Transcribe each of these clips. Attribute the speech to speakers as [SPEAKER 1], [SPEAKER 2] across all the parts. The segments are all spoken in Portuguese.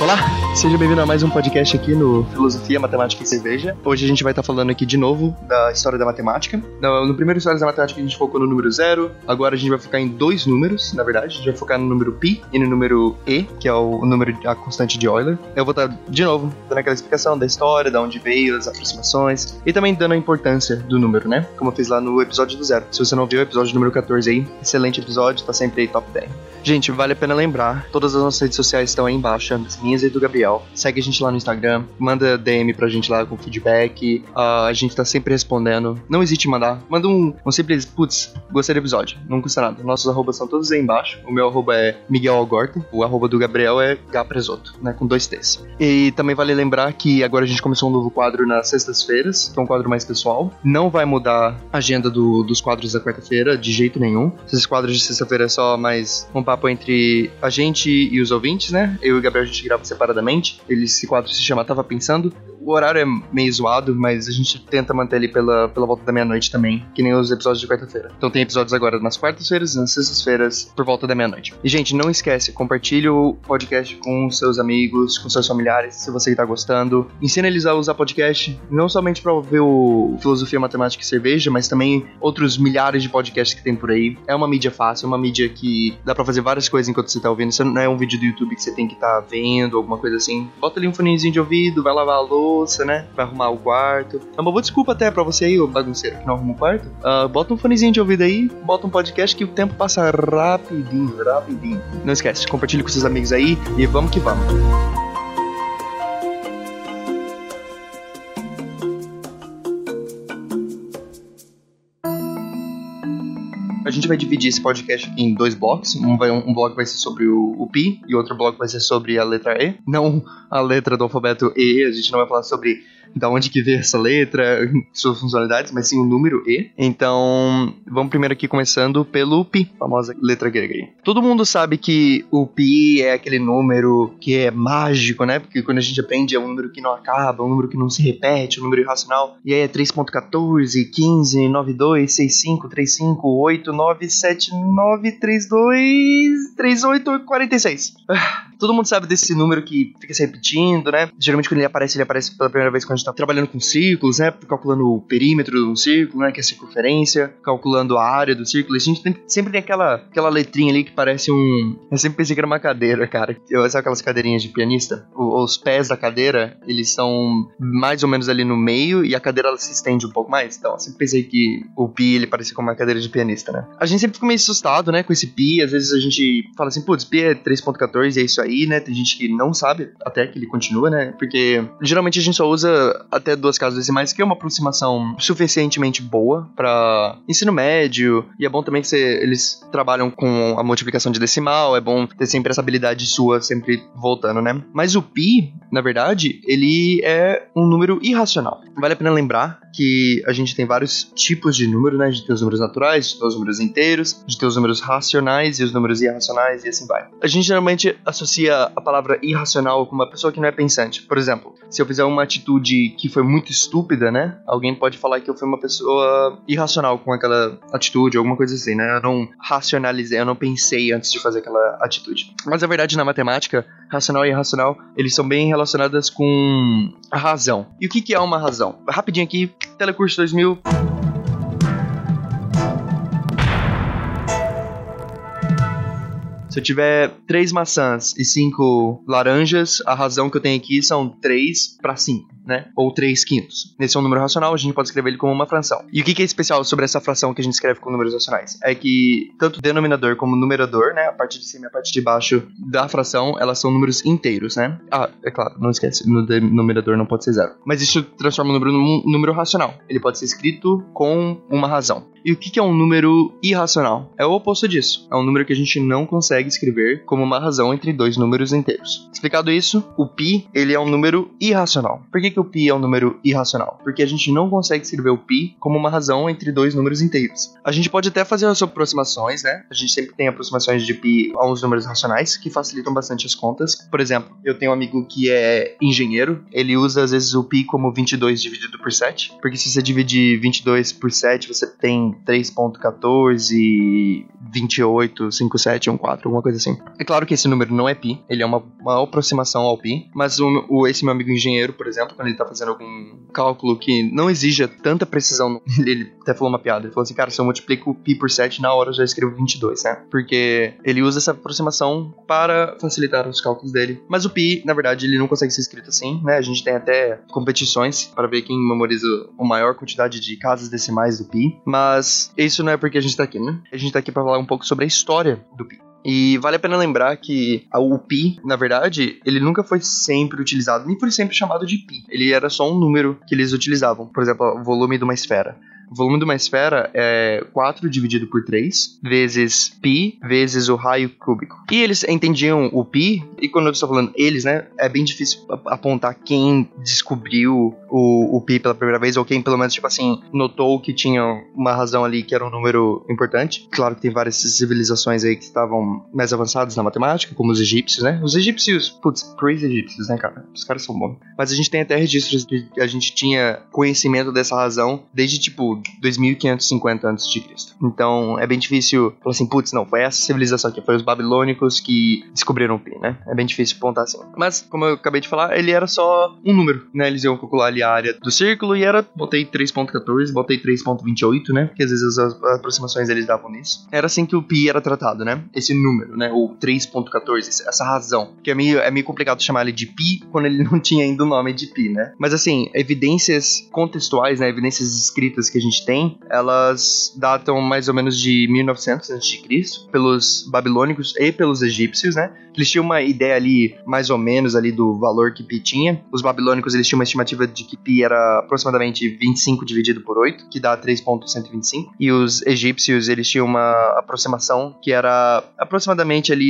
[SPEAKER 1] Olá, seja bem-vindo a mais um podcast aqui no Filosofia, Matemática e Cerveja. Hoje a gente vai estar falando aqui de novo da história da matemática. No primeiro História da Matemática a gente focou no número 0, agora a gente vai focar em dois números, na verdade. A gente vai focar no número π e no número e, que é o número, a constante de Euler. Eu vou estar, de novo, dando aquela explicação da história, de onde veio, as aproximações, e também dando a importância do número, né? Como eu fiz lá no episódio do 0. Se você não viu o episódio número 14 aí, excelente episódio, tá sempre aí top 10. Gente, vale a pena lembrar, todas as nossas redes sociais estão aí embaixo, as minhas e do Gabriel. Segue a gente lá no Instagram, manda DM pra gente lá com feedback, a gente tá sempre respondendo. Não hesite em mandar, manda um simples, putz, gostei do episódio, não custa nada. Nossos arrobas são todos aí embaixo, o meu arroba é Miguel Algorte, o arroba do Gabriel é Gapresoto, né, com 2 T's. E também vale lembrar que agora a gente começou um novo quadro nas sextas-feiras, que é um quadro mais pessoal. Não vai mudar a agenda dos quadros da quarta-feira, de jeito nenhum. Esses quadros de sexta-feira é só mais um papo entre a gente e os ouvintes, né? Eu e o Gabriel a gente grava separadamente. Esse quadro se chama Tava Pensando. O horário é meio zoado, mas a gente tenta manter ele pela volta da meia-noite também, que nem os episódios de quarta-feira. Então tem episódios agora nas quartas-feiras e nas sextas-feiras por volta da meia-noite. E, gente, não esquece, compartilhe o podcast com seus amigos, com seus familiares, se você tá gostando. Ensina eles a usar podcast, não somente pra ouvir o Filosofia, Matemática e Cerveja, mas também outros milhares de podcasts que tem por aí. É uma mídia fácil, é uma mídia que dá pra fazer várias coisas enquanto você tá ouvindo. Isso não é um vídeo do YouTube que você tem que estar vendo, alguma coisa assim. Bota ali um fonezinho de ouvido, vai lavar a louça, né? Vai arrumar o quarto. É uma boa desculpa até pra você aí, ô bagunceiro, que não arruma o quarto. Bota um fonezinho de ouvido aí, bota um podcast que o tempo passa rapidinho. Não esquece, compartilhe com seus amigos aí e vamos que vamos. A gente vai dividir esse podcast em 2 blocos. Um bloco vai ser sobre o π e outro bloco vai ser sobre a letra E. Não a letra do alfabeto E. A gente não vai falar sobre da onde que veio essa letra, suas funcionalidades, mas sim o número E. Então, vamos primeiro aqui começando pelo π, famosa letra grega aí. Todo mundo sabe que o π é aquele número que é mágico, né? Porque quando a gente aprende é um número que não acaba, um número que não se repete, um número irracional. E aí é 3.14, 15, 92, 65, 35, 8, 9, 7, 9, 3, 2, 3, 8, 46. Todo mundo sabe desse número que fica se repetindo, né? Geralmente quando ele aparece pela primeira vez quando a gente tá trabalhando com círculos, né? Calculando o perímetro de um círculo, né? Que é a circunferência, calculando a área do círculo. A gente sempre tem aquela letrinha ali que parece um... Eu sempre pensei que era uma cadeira, cara. Sabe aquelas cadeirinhas de pianista? Os pés da cadeira, eles são mais ou menos ali no meio e a cadeira ela se estende um pouco mais. Então, eu sempre pensei que o π, ele parecia como uma cadeira de pianista, né? A gente sempre fica meio assustado, né? Com esse π. Às vezes a gente fala assim, putz, π é 3.14 e é isso aí, né? Tem gente que não sabe até que ele continua, né? Porque geralmente a gente só usa até 2 casas decimais, que é uma aproximação suficientemente boa para ensino médio, e é bom também que eles trabalham com a multiplicação de decimal, é bom ter sempre essa habilidade sua sempre voltando, né? Mas o π, na verdade, ele é um número irracional. Vale a pena lembrar que a gente tem vários tipos de número, né? A gente tem os números naturais, a gente tem os números inteiros, a gente tem os números racionais e os números irracionais e assim vai. A gente geralmente associa a palavra irracional com uma pessoa que não é pensante. Por exemplo, se eu fizer uma atitude que foi muito estúpida, né? Alguém pode falar que eu fui uma pessoa irracional com aquela atitude, alguma coisa assim, né? Eu não racionalizei, eu não pensei antes de fazer aquela atitude. Mas a verdade, na matemática, racional e irracional, eles são bem relacionadas com a razão. E o que é uma razão? Rapidinho aqui, Telecurso 2000... Se eu tiver 3 maçãs e 5 laranjas, a razão que eu tenho aqui são 3 para 5, né? Ou 3/5. Esse é um número racional, a gente pode escrever ele como uma fração. E o que é especial sobre essa fração que a gente escreve com números racionais? É que tanto o denominador como o numerador, né? A parte de cima e a parte de baixo da fração, elas são números inteiros, né? Ah, é claro, não esquece, no denominador não pode ser 0. Mas isso transforma o número num número racional. Ele pode ser escrito com uma razão. E o que é um número irracional? É o oposto disso. É um número que a gente não consegue escrever como uma razão entre 2 números inteiros. Explicado isso, o π, ele é um número irracional. Por que o π é um número irracional? Porque a gente não consegue escrever o π como uma razão entre 2 números inteiros. A gente pode até fazer as aproximações, né? A gente sempre tem aproximações de π a uns números racionais que facilitam bastante as contas. Por exemplo, eu tenho um amigo que é engenheiro, ele usa às vezes o π como 22 dividido por 7, porque se você dividir 22 por 7, você tem 3.14 28, 57, 14, alguma coisa assim. É claro que esse número não é pi, ele é uma aproximação ao pi, mas esse meu amigo engenheiro, por exemplo, quando ele tá fazendo algum cálculo que não exija tanta precisão, ele até falou uma piada, ele falou assim, cara, se eu multiplico o pi por 7, na hora eu já escrevo 22, né? Porque ele usa essa aproximação para facilitar os cálculos dele. Mas o pi, na verdade, ele não consegue ser escrito assim, né? A gente tem até competições para ver quem memoriza a maior quantidade de casas decimais do pi, mas isso não é porque a gente tá aqui, né? A gente tá aqui para falar um pouco sobre a história do pi. E vale a pena lembrar que o pi, na verdade, ele nunca foi sempre utilizado, nem foi sempre chamado de pi. Ele era só um número que eles utilizavam. Por exemplo, o volume de uma esfera. O volume de uma esfera é 4 dividido por 3, vezes π, vezes o raio cúbico. E eles entendiam o π, e quando eu estou falando eles, né, é bem difícil apontar quem descobriu o π pela primeira vez, ou quem pelo menos, tipo assim, notou que tinha uma razão ali que era um número importante. Claro que tem várias civilizações aí que estavam mais avançadas na matemática, como os egípcios, né? Os egípcios, praise egípcios, né, cara? Os caras são bons. Mas a gente tem até registros de que a gente tinha conhecimento dessa razão desde, tipo, 2550 a.C. Então, é bem difícil falar assim, não, foi essa civilização aqui, foi os babilônicos que descobriram o pi, né? É bem difícil apontar assim. Mas, como eu acabei de falar, ele era só um número, né? Eles iam calcular ali a área do círculo e botei 3.14, botei 3.28, né? Porque às vezes as aproximações eles davam nisso. Era assim que o pi era tratado, né? Esse número, né? O 3.14, essa razão. Que é meio complicado chamar ele de pi quando ele não tinha ainda o nome de pi, né? Mas assim, evidências contextuais, né? Evidências escritas que a gente tem, elas datam mais ou menos de 1900 a.C., pelos babilônicos e pelos egípcios, né? Eles tinham uma ideia ali, mais ou menos, ali do valor que pi tinha. Os babilônicos, eles tinham uma estimativa de que pi era aproximadamente 25 dividido por 8, que dá 3.125. E os egípcios, eles tinham uma aproximação que era aproximadamente ali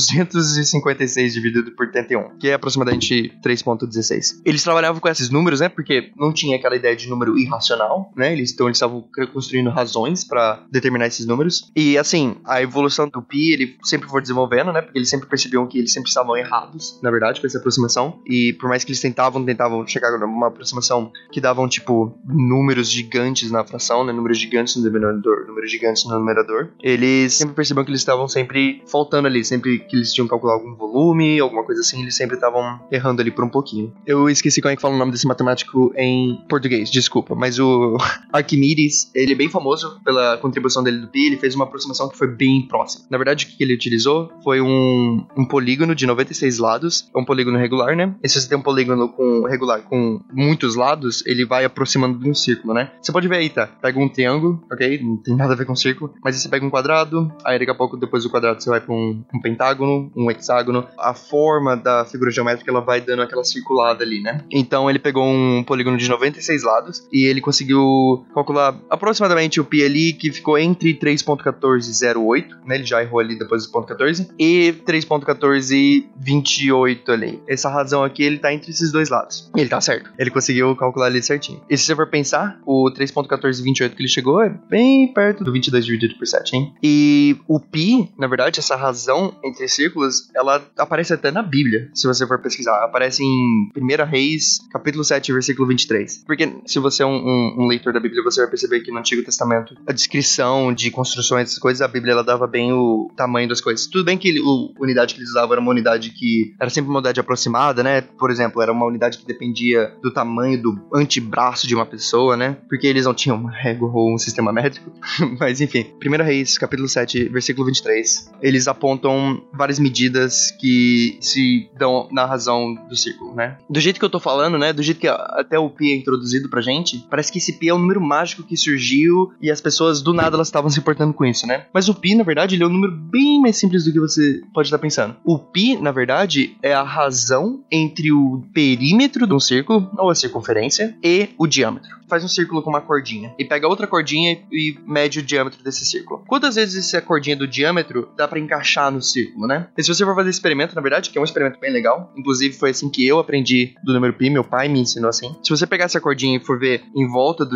[SPEAKER 1] 256 dividido por 81, que é aproximadamente 3.16. Eles trabalhavam com esses números, né? Porque não tinha aquela ideia de número irracional, né? Eles estavam construindo razões para determinar esses números. E, assim, a evolução do pi, ele sempre foi desenvolvendo, né? Porque eles sempre percebiam que eles sempre estavam errados, na verdade, com essa aproximação. E por mais que eles tentavam chegar a uma aproximação que davam, tipo, números gigantes na fração, né? Números gigantes no denominador, números gigantes no numerador. Eles sempre percebiam que eles estavam sempre faltando ali. Sempre que eles tinham que calcular algum volume, alguma coisa assim, eles sempre estavam errando ali por um pouquinho. Eu esqueci como é que fala o nome desse matemático em português, desculpa. Mas o Arquimedes, ele é bem famoso pela contribuição dele do pi. Ele fez uma aproximação que foi bem próxima. Na verdade, o que ele utilizou foi um polígono de 96 lados. É um polígono regular, né? E se você tem um polígono regular com muitos lados, ele vai aproximando de um círculo, né? Você pode ver aí, tá? Pega um triângulo, ok? Não tem nada a ver com círculo. Mas aí você pega um quadrado, aí daqui a pouco, depois do quadrado, você vai pra um pentágono, um hexágono. A forma da figura geométrica, ela vai dando aquela circulada ali, né? Então, ele pegou um polígono de 96 lados e ele conseguiu calcular aproximadamente o pi ali, que ficou entre 3.1408, né? Ele já errou ali depois do ponto 14, e 3.1428 ali. Essa razão aqui, ele tá entre esses dois lados. E ele tá certo. Ele conseguiu calcular ali certinho. E se você for pensar, o 3.1428 que ele chegou é bem perto do 22 dividido por 7, hein? E o pi, na verdade, essa razão entre círculos, ela aparece até na Bíblia, se você for pesquisar. Aparece em 1 Reis, capítulo 7, versículo 23. Porque se você é um leitor da Bíblia, você vai perceber que no Antigo Testamento, a descrição de construções, essas coisas, a Bíblia, ela dava bem o tamanho das coisas. Tudo bem que a unidade que eles usavam era uma unidade que era sempre uma unidade aproximada, né? Por exemplo, era uma unidade que dependia do tamanho do antebraço de uma pessoa, né? Porque eles não tinham uma régua ou um sistema métrico. Mas enfim, 1 Reis, capítulo 7, versículo 23, eles apontam várias medidas que se dão na razão do círculo, né? Do jeito que eu tô falando, né? Do jeito que até o pi é introduzido pra gente, parece que esse pi é um número mágico que surgiu e as pessoas do nada elas estavam se importando com isso, né? Mas o pi, na verdade, ele é um número bem mais simples do que você pode estar pensando. O pi, na verdade, é a razão entre o perímetro de um círculo, ou a circunferência, e o diâmetro. Faz um círculo com uma cordinha e pega outra cordinha e mede o diâmetro desse círculo. Quantas vezes essa cordinha do diâmetro dá pra encaixar no círculo, né? E se você for fazer experimento, na verdade, que é um experimento bem legal, inclusive foi assim que eu aprendi do número pi, meu pai me ensinou assim. Se você pegar essa cordinha e for ver em volta do círculo,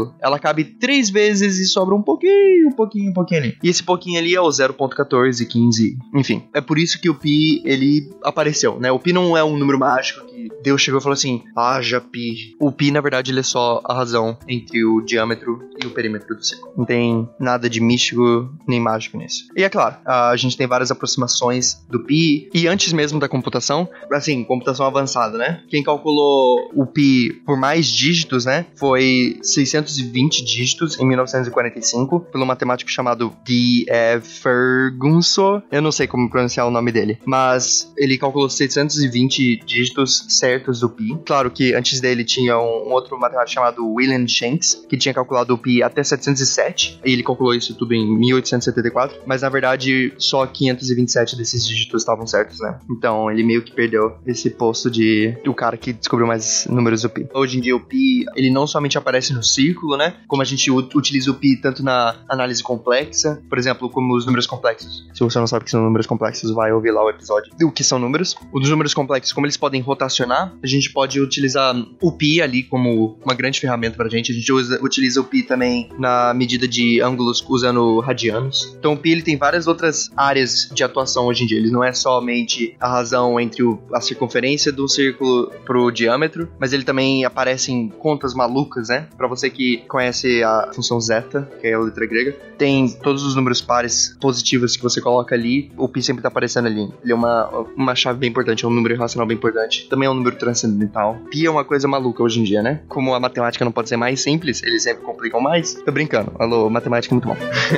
[SPEAKER 1] círculo, ela cabe 3 vezes e sobra um pouquinho ali. E esse pouquinho ali é o 0.14, 15, enfim. É por isso que o pi, ele apareceu, né? O pi não é um número mágico que Deus chegou e falou assim, haja pi. O pi, na verdade, ele é só a razão entre o diâmetro e o perímetro do círculo. Não tem nada de místico nem mágico nisso. E é claro, a gente tem várias aproximações do pi, e antes mesmo da computação, assim, computação avançada, né? Quem calculou o pi por mais dígitos, né, foi 620 dígitos em 1945, pelo matemático chamado D.F. Ferguson. Eu não sei como pronunciar o nome dele, mas ele calculou 620 dígitos certos do pi. Claro que antes dele tinha um outro matemático chamado William Shanks, que tinha calculado o pi até 707, e ele calculou isso tudo em 1874, mas na verdade só 527 desses dígitos estavam certos, né? Então ele meio que perdeu esse posto de o cara que descobriu mais números do pi. Hoje em dia o pi, ele não somente aparece no círculo, né? Como a gente utiliza o pi tanto na análise complexa, por exemplo, como os números complexos. Se você não sabe o que são números complexos, vai ouvir lá o episódio do que são números. Os números complexos, como eles podem rotacionar, a gente pode utilizar o pi ali como uma grande ferramenta pra gente. A gente utiliza o pi também na medida de ângulos usando radianos. Então o pi, ele tem várias outras áreas de atuação hoje em dia. Ele não é somente a razão entre a circunferência do círculo pro diâmetro, mas ele também aparece em contas malucas, né? Pra você que conhece a função zeta, que é a letra grega, tem todos os números pares positivos que você coloca ali, o pi sempre tá aparecendo ali. Ele é uma chave bem importante, é um número irracional bem importante. Também é um número transcendental. Pi é uma coisa maluca hoje em dia, né? Como a matemática não pode ser mais simples, eles sempre complicam mais. Tô brincando. Alô, matemática é muito bom.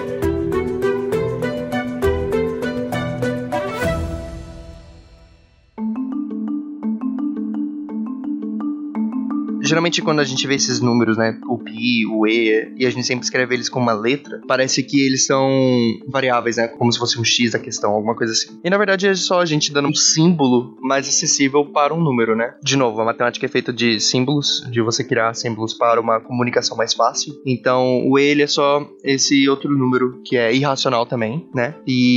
[SPEAKER 1] Geralmente quando a gente vê esses números, né, o pi, o e, e a gente sempre escreve eles com uma letra, parece que eles são variáveis, né, como se fosse um x a questão, alguma coisa assim. E na verdade é só a gente dando um símbolo mais acessível para um número, né. De novo, a matemática é feita de símbolos, de você criar símbolos para uma comunicação mais fácil. Então o e, ele é só esse outro número que é irracional também, né,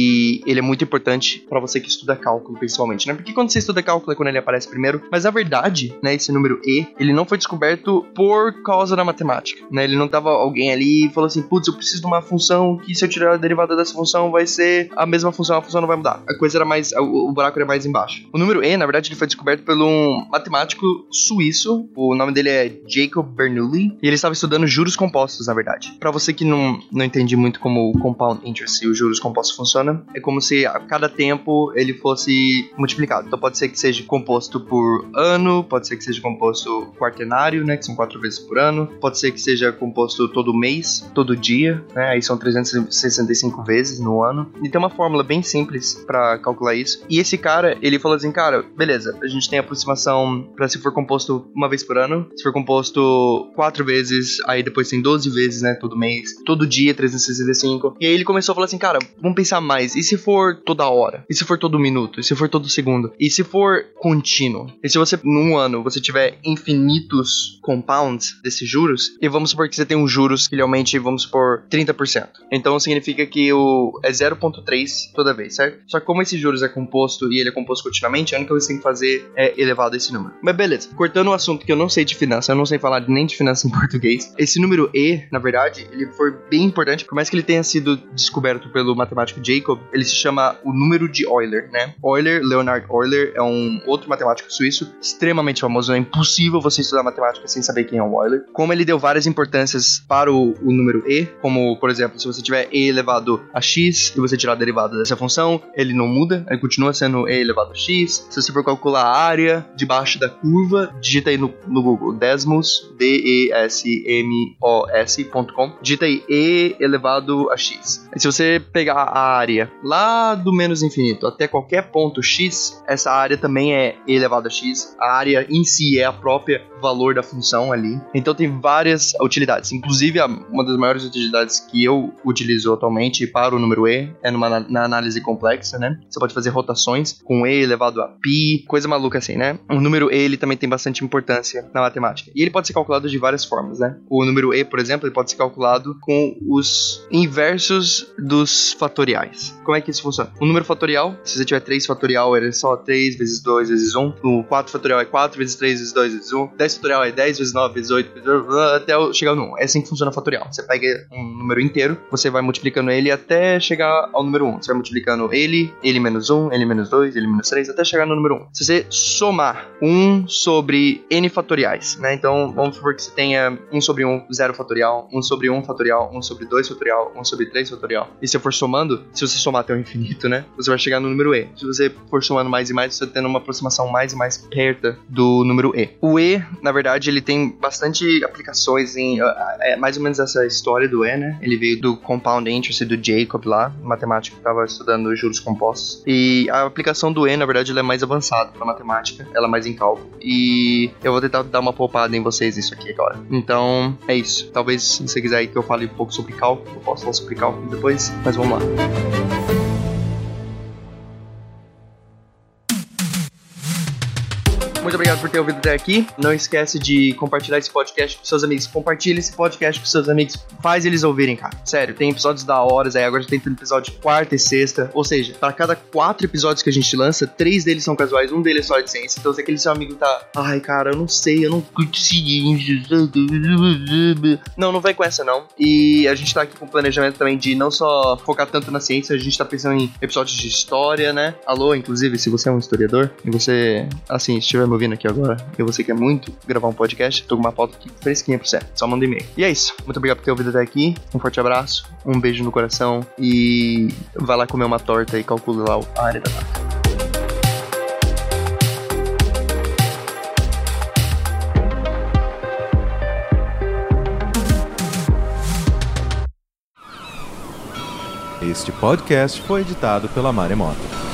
[SPEAKER 1] e ele é muito importante para você que estuda cálculo, principalmente, né, porque quando você estuda cálculo é quando ele aparece primeiro, mas na verdade, né, esse número e, ele não foi descoberto por causa da matemática, né? Ele não tava alguém ali e falou assim, putz, eu preciso de uma função que se eu tirar a derivada dessa função vai ser a mesma função, a função não vai mudar. A coisa era mais, o buraco era mais embaixo. O número e, na verdade, ele foi descoberto por um matemático suíço, o nome dele é Jacob Bernoulli, e ele estava estudando juros compostos, na verdade. Pra você que não entende muito como o compound interest e os juros compostos funciona, é como se a cada tempo ele fosse multiplicado. Então pode ser que seja composto por ano, pode ser que seja composto quaternário, né, que são 4 vezes por ano. Pode ser que seja composto todo mês, todo dia, né, aí são 365 vezes no ano. E tem uma fórmula bem simples pra calcular isso. E esse cara, ele falou assim, cara, beleza, a gente tem aproximação pra se for composto uma vez por ano, se for composto 4 vezes, aí depois tem 12 vezes, né, todo mês, todo dia, 365. E aí ele começou a falar assim, cara, vamos pensar mais, e se for toda hora? E se for todo minuto? E se for todo segundo? E se for contínuo? E se você, num ano, você tiver infinitos compounds desses juros, e vamos supor que você tem um juros que ele aumente, vamos supor, 30%. Então significa que é 0.3 toda vez, certo? Só que como esse juros é composto e ele é composto continuamente, a única coisa que você tem que fazer é elevado esse número. Mas beleza, cortando o assunto que eu não sei de finança, eu não sei falar nem de finança em português, esse número E, na verdade, ele foi bem importante, por mais que ele tenha sido descoberto pelo matemático Jacob, ele se chama o número de Euler, né? Euler, Leonhard Euler, é um outro matemático suíço extremamente famoso, é impossível você estudar matemática sem saber quem é o Euler. Como ele deu várias importâncias para o número e, como, por exemplo, se você tiver e elevado a x e você tirar a derivada dessa função, ele não muda, ele continua sendo e elevado a x. Se você for calcular a área debaixo da curva, digita aí no Google, Desmos, desmos.com, digita aí e elevado a x. E se você pegar a área lá do menos infinito até qualquer ponto x, essa área também é e elevado a x. A área em si é a própria valor da função ali. Então tem várias utilidades. Inclusive, uma das maiores utilidades que eu utilizo atualmente para o número e é na análise complexa, né? Você pode fazer rotações com e elevado a pi, coisa maluca assim, né? O número e, ele também tem bastante importância na matemática. E ele pode ser calculado de várias formas, né? O número e, por exemplo, ele pode ser calculado com os inversos dos fatoriais. Como é que isso funciona? O número fatorial, se você tiver 3 fatorial, ele é só 3 vezes 2 vezes 1. O 4 fatorial é 4 vezes 3 vezes 2 vezes 1. 10 fatorial é 10 vezes 9 vezes 8 até chegar no 1. É assim que funciona o fatorial. Você pega um número inteiro, você vai multiplicando ele até chegar ao número 1. Você vai multiplicando ele menos 1, ele menos 2, ele menos 3, até chegar no número 1. Se você somar 1 sobre n fatoriais, né? Então, vamos supor que você tenha 1 sobre 1, 0 fatorial, 1 sobre 1 fatorial, 1 sobre 2 fatorial, 1 sobre 3 fatorial. E se você for somando, se você somar até o infinito, né? Você vai chegar no número e. Se você for somando mais e mais, você vai tendo uma aproximação mais e mais perto do número e. O e, na verdade, ele tem bastante aplicações em... É mais ou menos essa história do e, né? Ele veio do compound interest do Jacob lá, matemático que estava estudando juros compostos. E a aplicação do e, na verdade, ela é mais avançada na matemática. Ela é mais em cálculo. E eu vou tentar dar uma poupada em vocês nisso aqui agora. Então, é isso. Talvez, se você quiser que eu fale um pouco sobre cálculo, eu posso falar sobre cálculo depois, mas vamos lá. Muito obrigado por ter ouvido até aqui. Não esquece de compartilhar esse podcast com seus amigos. Compartilha esse podcast com seus amigos. Faz eles ouvirem, cara. Sério, tem episódios da hora. Aí agora já tem episódio de quarta e sexta. Ou seja, para cada 4 episódios que a gente lança, 3 deles são casuais, 1 deles é só de ciência. Então se aquele seu amigo tá... Ai, cara, eu não sei, eu não curto ciência. Não vai com essa, não. E a gente tá aqui com o planejamento também de não só focar tanto na ciência, a gente tá pensando em episódios de história, né? Alô, inclusive, se você é um historiador e você, assim, estiver me ouvindo aqui agora e você quer muito gravar um podcast, tô com uma pauta aqui fresquinha pra você. Só manda e-mail. E é isso. Muito obrigado por ter ouvido até aqui. Um forte abraço, um beijo no coração e vai lá comer uma torta e calcula lá a área da torta.
[SPEAKER 2] Este podcast foi editado pela Maremoto.